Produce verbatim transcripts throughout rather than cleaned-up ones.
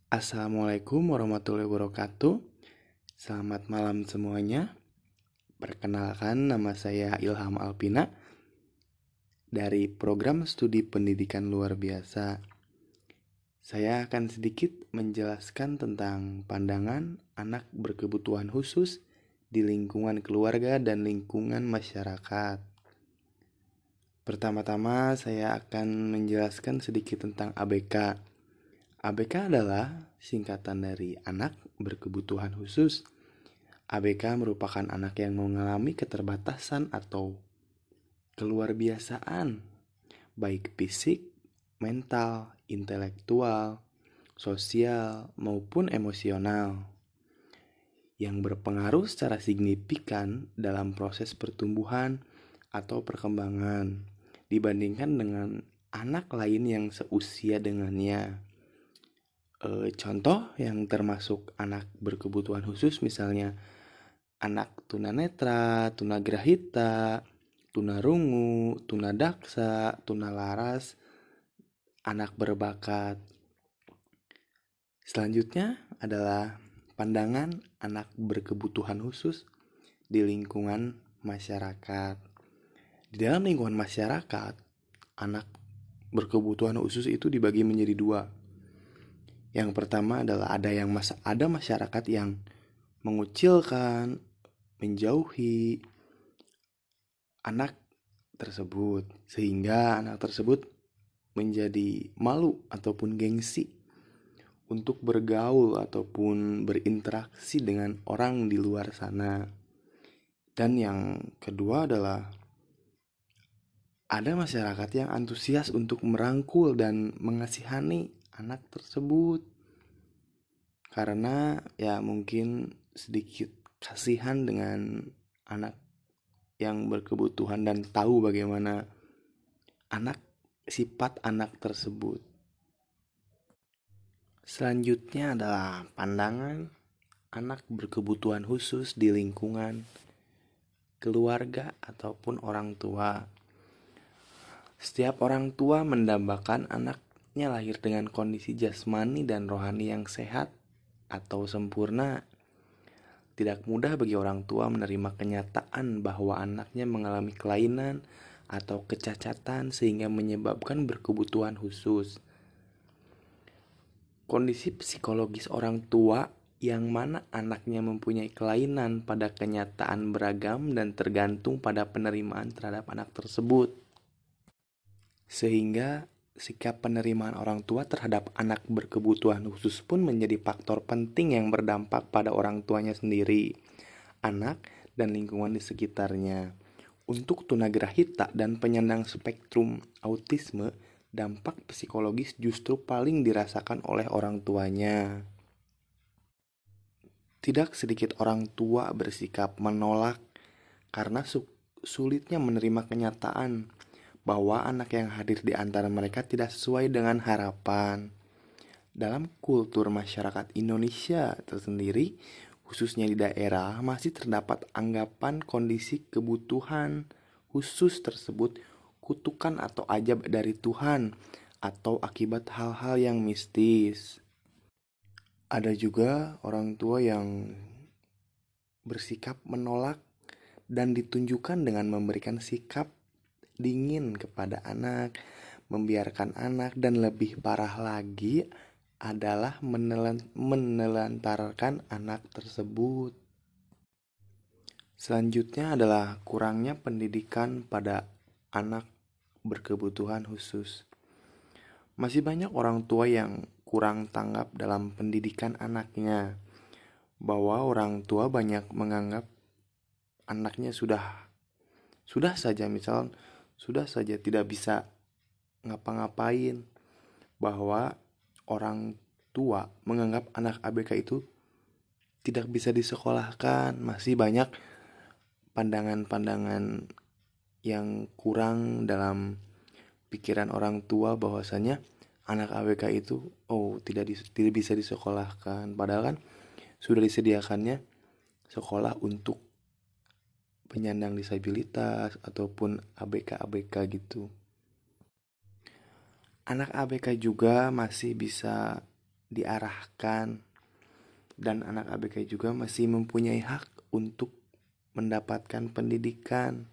Assalamualaikum warahmatullahi wabarakatuh. Selamat malam semuanya. Perkenalkan, nama saya Ilham Alpina dari Program Studi Pendidikan Luar Biasa. Saya akan sedikit menjelaskan tentang pandangan anak berkebutuhan khusus di lingkungan keluarga dan lingkungan masyarakat. Pertama-tama saya akan menjelaskan sedikit tentang A B K. A B K adalah singkatan dari anak berkebutuhan khusus. A B K merupakan anak yang mengalami keterbatasan atau keluarbiasaan, baik fisik, mental, intelektual, sosial, maupun emosional, yang berpengaruh secara signifikan dalam proses pertumbuhan atau perkembangan dibandingkan dengan anak lain yang seusia dengannya. E, contoh yang termasuk anak berkebutuhan khusus misalnya anak tunanetra, tunagrahita, tunarungu, tunadaksa, tunalaras, anak berbakat. Selanjutnya adalah pandangan anak berkebutuhan khusus di lingkungan masyarakat. Di dalam lingkungan masyarakat, anak berkebutuhan khusus itu dibagi menjadi dua. Yang pertama adalah ada yang mas- ada masyarakat yang mengucilkan, menjauhi anak tersebut, sehingga anak tersebut menjadi malu ataupun gengsi untuk bergaul ataupun berinteraksi dengan orang di luar sana. Dan yang kedua adalah ada masyarakat yang antusias untuk merangkul dan mengasihani anak tersebut karena ya mungkin sedikit kasihan dengan anak yang berkebutuhan dan tahu bagaimana anak sifat anak tersebut. Selanjutnya adalah pandangan anak berkebutuhan khusus di lingkungan keluarga ataupun orang tua. Setiap orang tua mendambakan anaknya lahir dengan kondisi jasmani dan rohani yang sehat atau sempurna. Tidak mudah bagi orang tua menerima kenyataan bahwa anaknya mengalami kelainan atau kecacatan sehingga menyebabkan berkebutuhan khusus. Kondisi psikologis orang tua yang mana anaknya mempunyai kelainan pada kenyataan beragam dan tergantung pada penerimaan terhadap anak tersebut. Sehingga sikap penerimaan orang tua terhadap anak berkebutuhan khusus pun menjadi faktor penting yang berdampak pada orang tuanya sendiri, anak, dan lingkungan di sekitarnya. Untuk tunagrahita dan penyandang spektrum autisme, dampak psikologis justru paling dirasakan oleh orang tuanya. Tidak sedikit orang tua bersikap menolak karena su- sulitnya menerima kenyataan bahwa anak yang hadir di antara mereka tidak sesuai dengan harapan. Dalam kultur masyarakat Indonesia tersendiri, khususnya di daerah, masih terdapat anggapan kondisi kebutuhan khusus tersebut kutukan atau ajab dari Tuhan atau akibat hal-hal yang mistis. Ada juga orang tua yang bersikap menolak dan ditunjukkan dengan memberikan sikap dingin kepada anak, membiarkan anak, dan lebih parah lagi adalah menelan- menelantarkan anak tersebut. Selanjutnya adalah kurangnya pendidikan pada anak berkebutuhan khusus. Masih banyak orang tua yang kurang tanggap dalam pendidikan anaknya, bahwa orang tua banyak menganggap anaknya sudah sudah saja misal sudah saja tidak bisa ngapa-ngapain, bahwa orang tua menganggap anak A B K itu tidak bisa disekolahkan. Masih banyak pandangan-pandangan yang kurang dalam pikiran orang tua bahwasanya anak A B K itu oh tidak dis- tidak bisa disekolahkan, padahal kan sudah disediakannya sekolah untuk penyandang disabilitas ataupun A B K A B K gitu. Anak A B K juga masih bisa diarahkan, dan anak A B K juga masih mempunyai hak untuk mendapatkan pendidikan.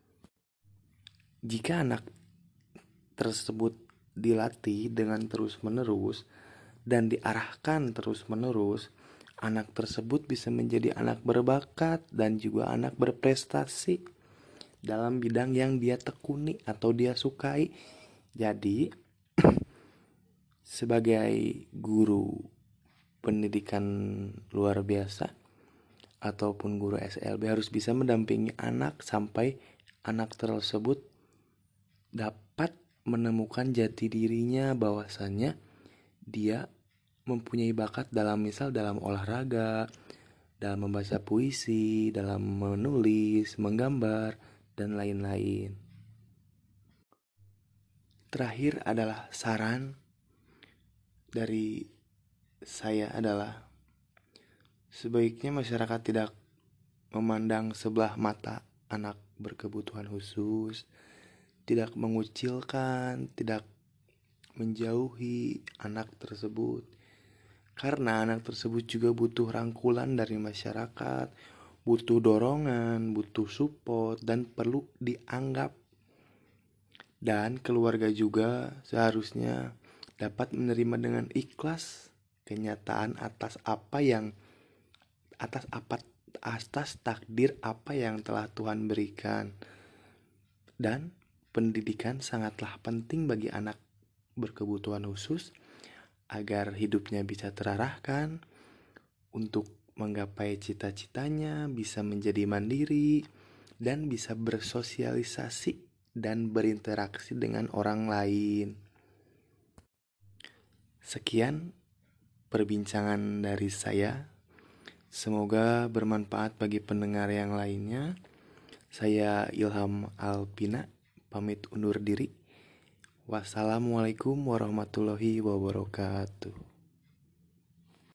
Jika anak tersebut dilatih dengan terus-menerus dan diarahkan terus-menerus, anak tersebut bisa menjadi anak berbakat dan juga anak berprestasi dalam bidang yang dia tekuni atau dia sukai. Jadi, sebagai guru pendidikan luar biasa ataupun guru S L B harus bisa mendampingi anak sampai anak tersebut dapat menemukan jati dirinya, bahwasannya dia mempunyai bakat dalam misal dalam olahraga, dalam membaca puisi, dalam menulis, menggambar, dan lain-lain. Terakhir adalah saran dari saya adalah sebaiknya masyarakat tidak memandang sebelah mata anak berkebutuhan khusus, tidak mengucilkan, tidak menjauhi anak tersebut, karena anak tersebut juga butuh rangkulan dari masyarakat, butuh dorongan, butuh support, dan perlu dianggap. Dan keluarga juga seharusnya dapat menerima dengan ikhlas kenyataan atas apa yang atas apa atas takdir apa yang telah Tuhan berikan. Dan pendidikan sangatlah penting bagi anak berkebutuhan khusus agar hidupnya bisa terarahkan untuk menggapai cita-citanya, bisa menjadi mandiri, dan bisa bersosialisasi dan berinteraksi dengan orang lain. Sekian perbincangan dari saya. Semoga bermanfaat bagi pendengar yang lainnya. Saya Ilham Alpina, pamit undur diri. Wassalamualaikum warahmatullahi wabarakatuh.